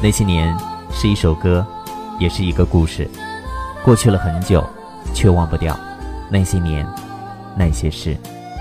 那些年是一首歌，也是一个故事，过去了很久，却忘不掉那些年那些事。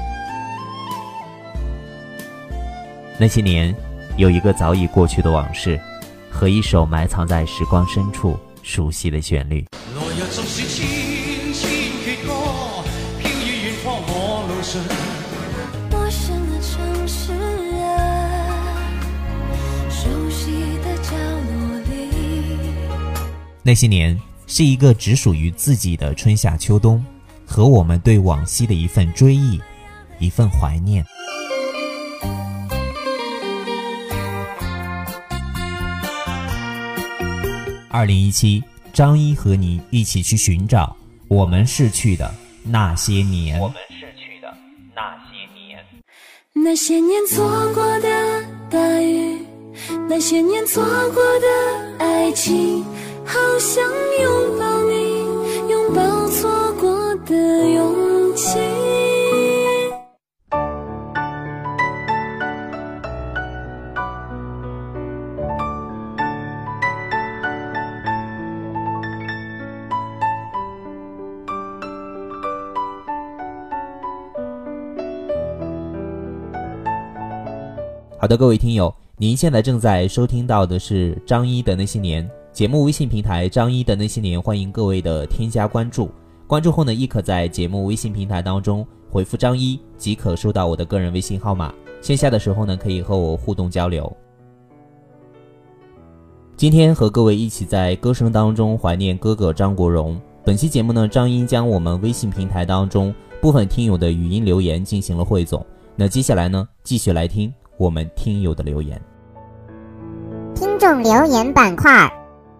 那些年有一个早已过去的往事，和一首埋藏在时光深处熟悉的旋律。 来日纵使千千阙歌，飘于远方我路上。 陌生的城市啊，熟悉的角落里。 那些年是一个只属于自己的春夏秋冬，和我们对往昔的一份追忆，一份怀念。2017，张一和你一起去寻找我们逝去的那些年。我们逝去的那些年， 那些年错过的大雨，那些年错过的爱情，好想拥抱你，拥抱错过的勇气。 好的，各位听友，您现在正在收听到的是张一的那些年节目微信平台张一的那些年，欢迎各位的添加关注。关注后呢，亦可在节目微信平台当中回复张一，即可收到我的个人微信号码。线下的时候呢，可以和我互动交流。今天和各位一起在歌声当中怀念哥哥张国荣。本期节目呢，张一将我们微信平台当中部分听友的语音留言进行了汇总。那接下来呢，继续来听我们听友的留言。 听众留言板块。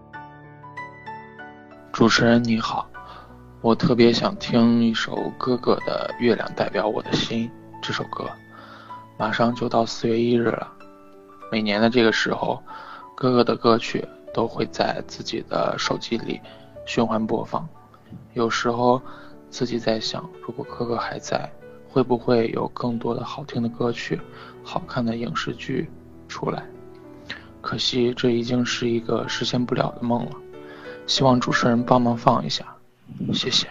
主持人你好，我特别想听一首哥哥的《月亮代表我的心》这首歌。马上就到4月1日了，每年的这个时候，哥哥的歌曲都会在自己的手机里循环播放。有时候自己在想，如果哥哥还在，会不会有更多的好听的歌曲，好看的影视剧出来。可惜这已经是一个实现不了的梦了，希望主持人帮忙放一下，谢谢。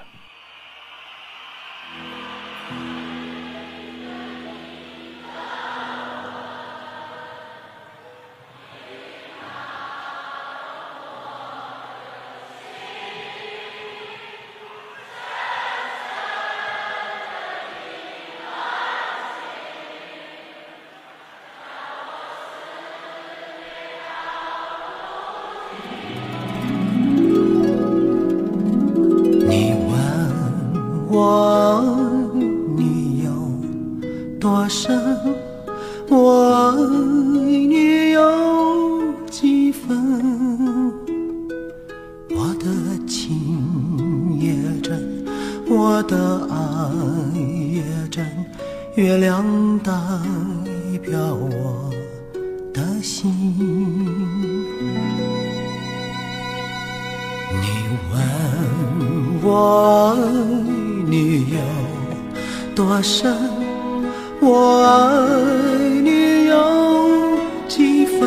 我爱你有多深，我爱你有几分，我的情也真，我的爱也真，月亮代表我的心。你问我你有多深，我爱你有几分，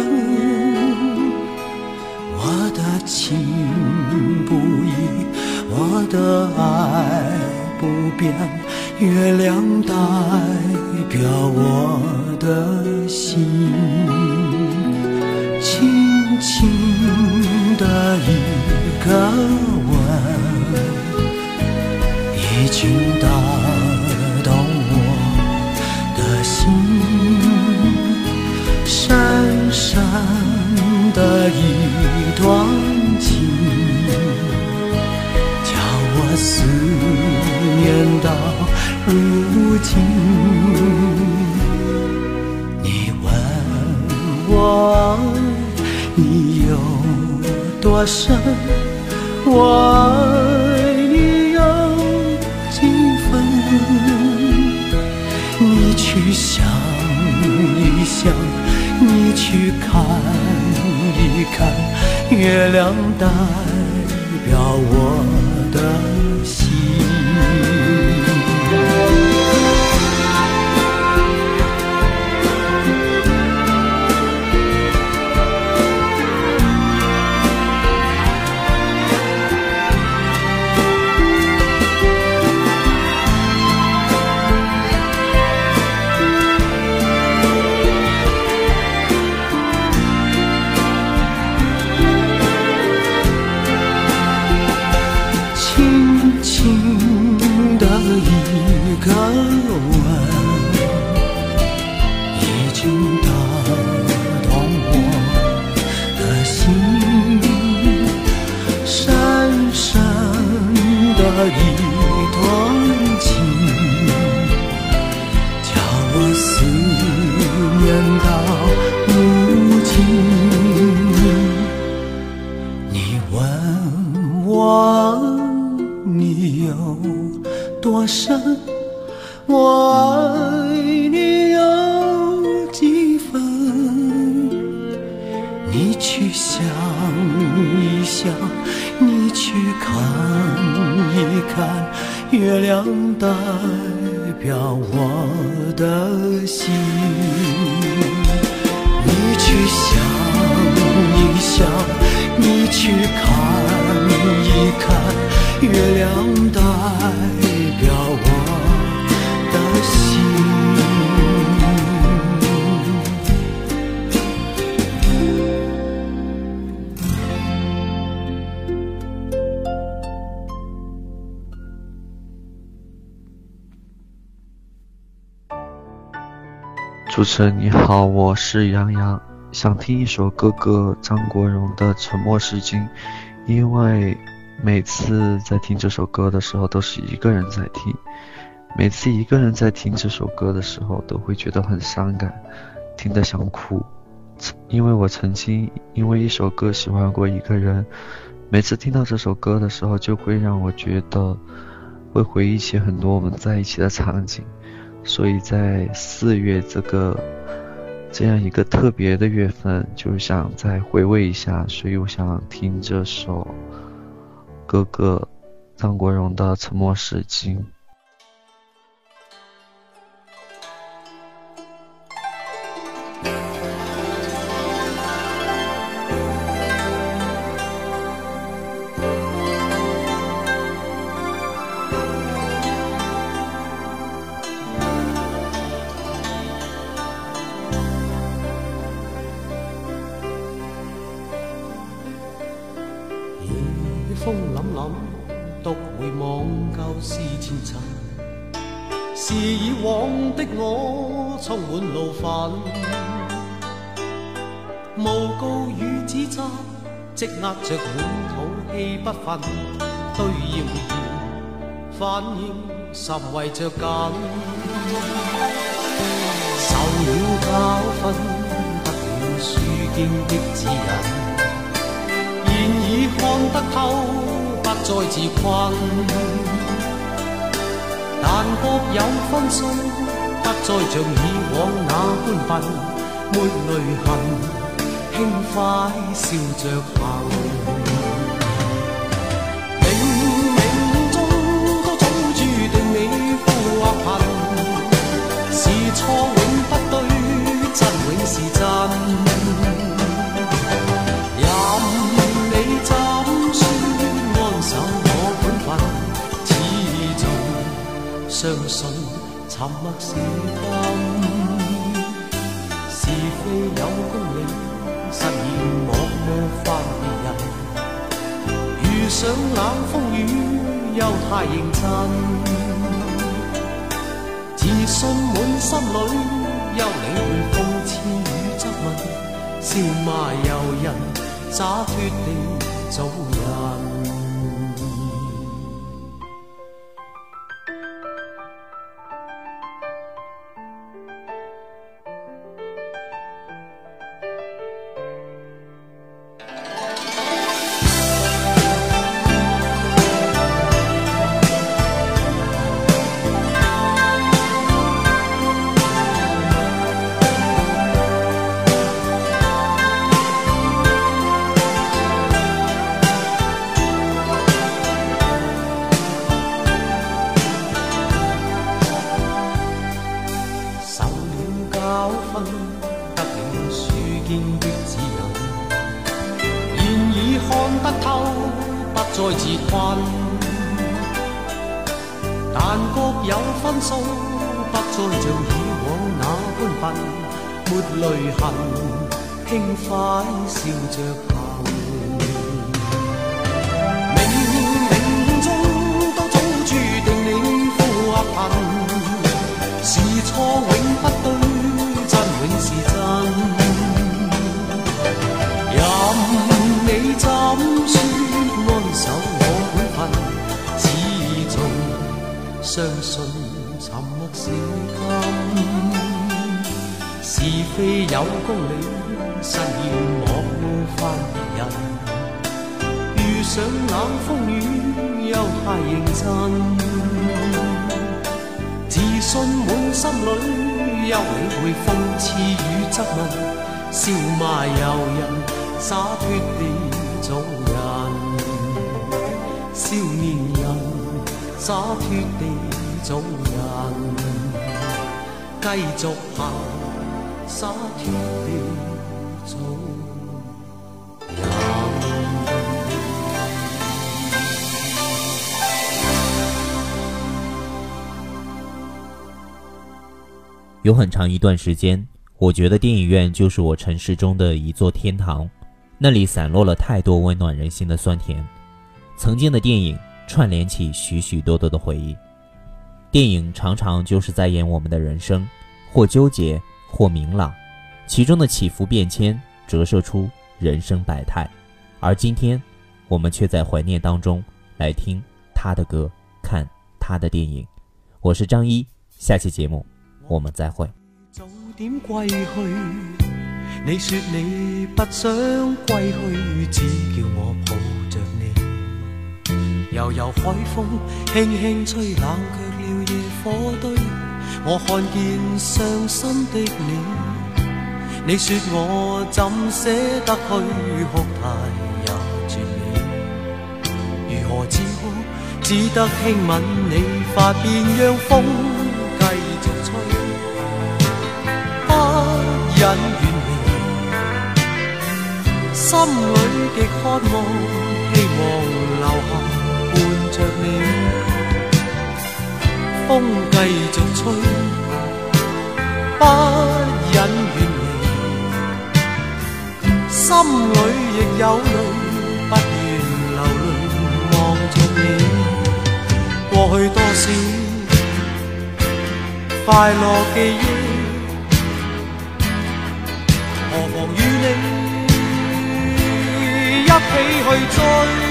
我的情不移，我的爱不变，月亮代表我的心。轻轻的一个吻，已经打动我的心，深深的一段情，叫我思念到如今。你问我你有多深，我爱你有几分，你去想一想，你去看一看，月亮代表我的心。 一段情，叫我思念到如今。你问我你有多深，我爱你有几分，你去想一想，你去看一看，月亮代表我的心。你去想一想，你去看一看，月亮代表我的心。 主持人你好，我是杨洋，想听一首哥哥张国荣的《沉默是金》，因为每次在听这首歌的时候都是一个人在听，每次一个人在听这首歌的时候都会觉得很伤感，听得想哭。因为我曾经因为一首歌喜欢过一个人，每次听到这首歌的时候就会让我觉得会回忆起很多我们在一起的场景，所以在4月这样一个特别的月份，就想再回味一下，所以我想听这首哥哥张国荣的《沉默是金》。 風凜凜，獨回望舊事前塵，是以往的我充滿怒憤，誣告與指責積壓着滿肚氣不憤，對謠言反應甚為着緊，受了教訓，得了書經的指引。現已看得透，不再自困，但各有分數，不再像以往那般笨，抹淚痕，輕快笑着行。冥冥中都早注定你富或貧，是錯永不對，真永是真。相信沉默是金，是非有公理，實現我魔翻別人。遇上冷風雨，又太認真，自信滿心裏，休理會諷刺與質問，笑罵由人，灑脱地做人。再自困，但各有分數，不再像以往那般笨，抹淚痕，輕快笑着行。冥冥中都早注定你富或貧，是錯永不對，真永是真。任你怎說安守我本分，始相信沉默是金，是非有公理，失言莫犯別人。遇上冷風雨，又太認真，自信滿心裏，休理會諷刺與質問，笑罵由人，灑脱地做人。少年人，灑脱地做人，繼續行，灑脱地做人。 有很长一段时间，我觉得电影院就是我城市中的一座天堂，那里散落了太多温暖人心的酸甜。曾经的电影串联起许许多多的回忆。电影常常就是在演我们的人生，或纠结，或明朗，其中的起伏变迁折射出人生百态。而今天，我们却在怀念当中来听他的歌，看他的电影。我是张一，下期节目我们再會。 早點歸去，你說你不想歸去，只叫我抱着你。悠悠海風輕輕吹，冷卻了野火堆。我看見傷心的你，你說我怎捨得去，哭態也絕美。如何止哭，只得輕吻你髮邊，讓風繼續吹，不忍遠離，心裏極渴望，希望留下伴着你。風繼續吹，不忍遠離，心裏亦有淚，不願流淚望着你。過去多少快樂記憶，何妨與你一起去追，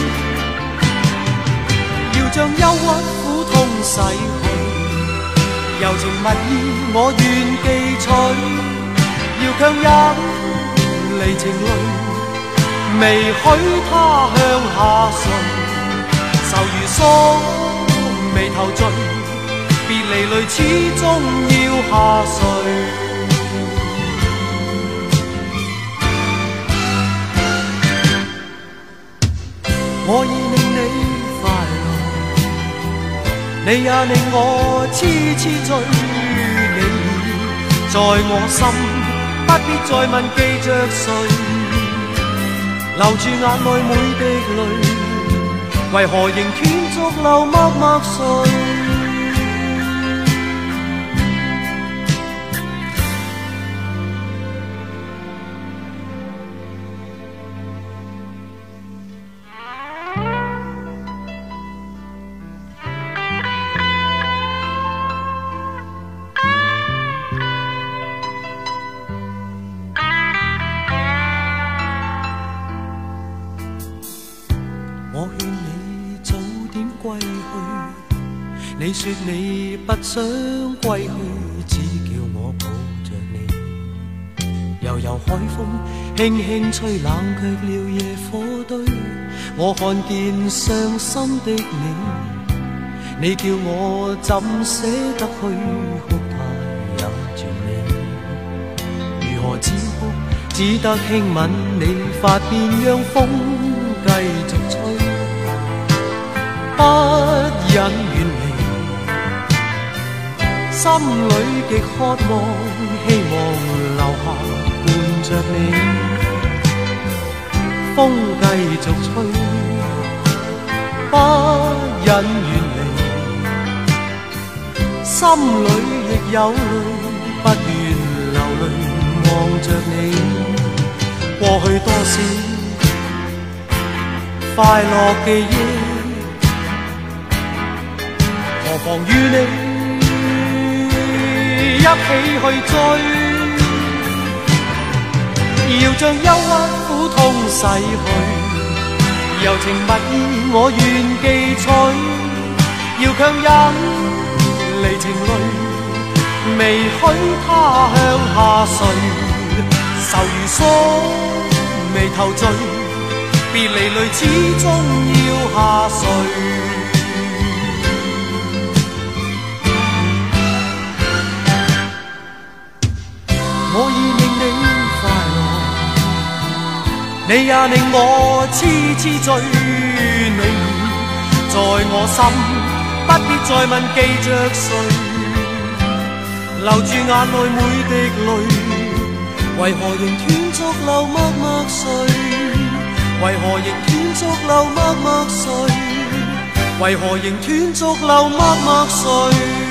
要將憂鬱苦痛洗去，柔情蜜意我願記取，要強忍離情淚，未許他向下垂，愁如鎖眉頭聚，別離淚始終要下垂。我已令你快樂，你也令我痴痴醉，你在我心，不必再問記着誰，留住眼內每滴淚，為何仍斷續流默默睡。我勸你早點歸去，你說你不想歸去，只叫我抱着你。悠悠海風輕輕吹，冷卻了野火堆。我看見傷心的你，你叫我怎捨得去，哭態也絕美。如何止哭，只得輕吻你髮邊，讓風繼續吹，不忍遠離，心裏極渴望，希望留下伴着你。風繼續吹，不忍遠離，心裏亦有淚，不願流淚望着你。過去多少快樂記憶，何妨與你一起去追，要將憂鬱苦痛洗去，柔情蜜意我願記取， 要強忍離情淚，未許他向下垂，愁如鎖眉頭聚，別離淚始終要下垂。我已令你快樂，你也令我痴痴醉，你在我心，不必再問記着誰，留住眼內每滴淚，為何仍斷續流默默垂？為何仍斷續流默默垂？為何仍斷續流默默垂？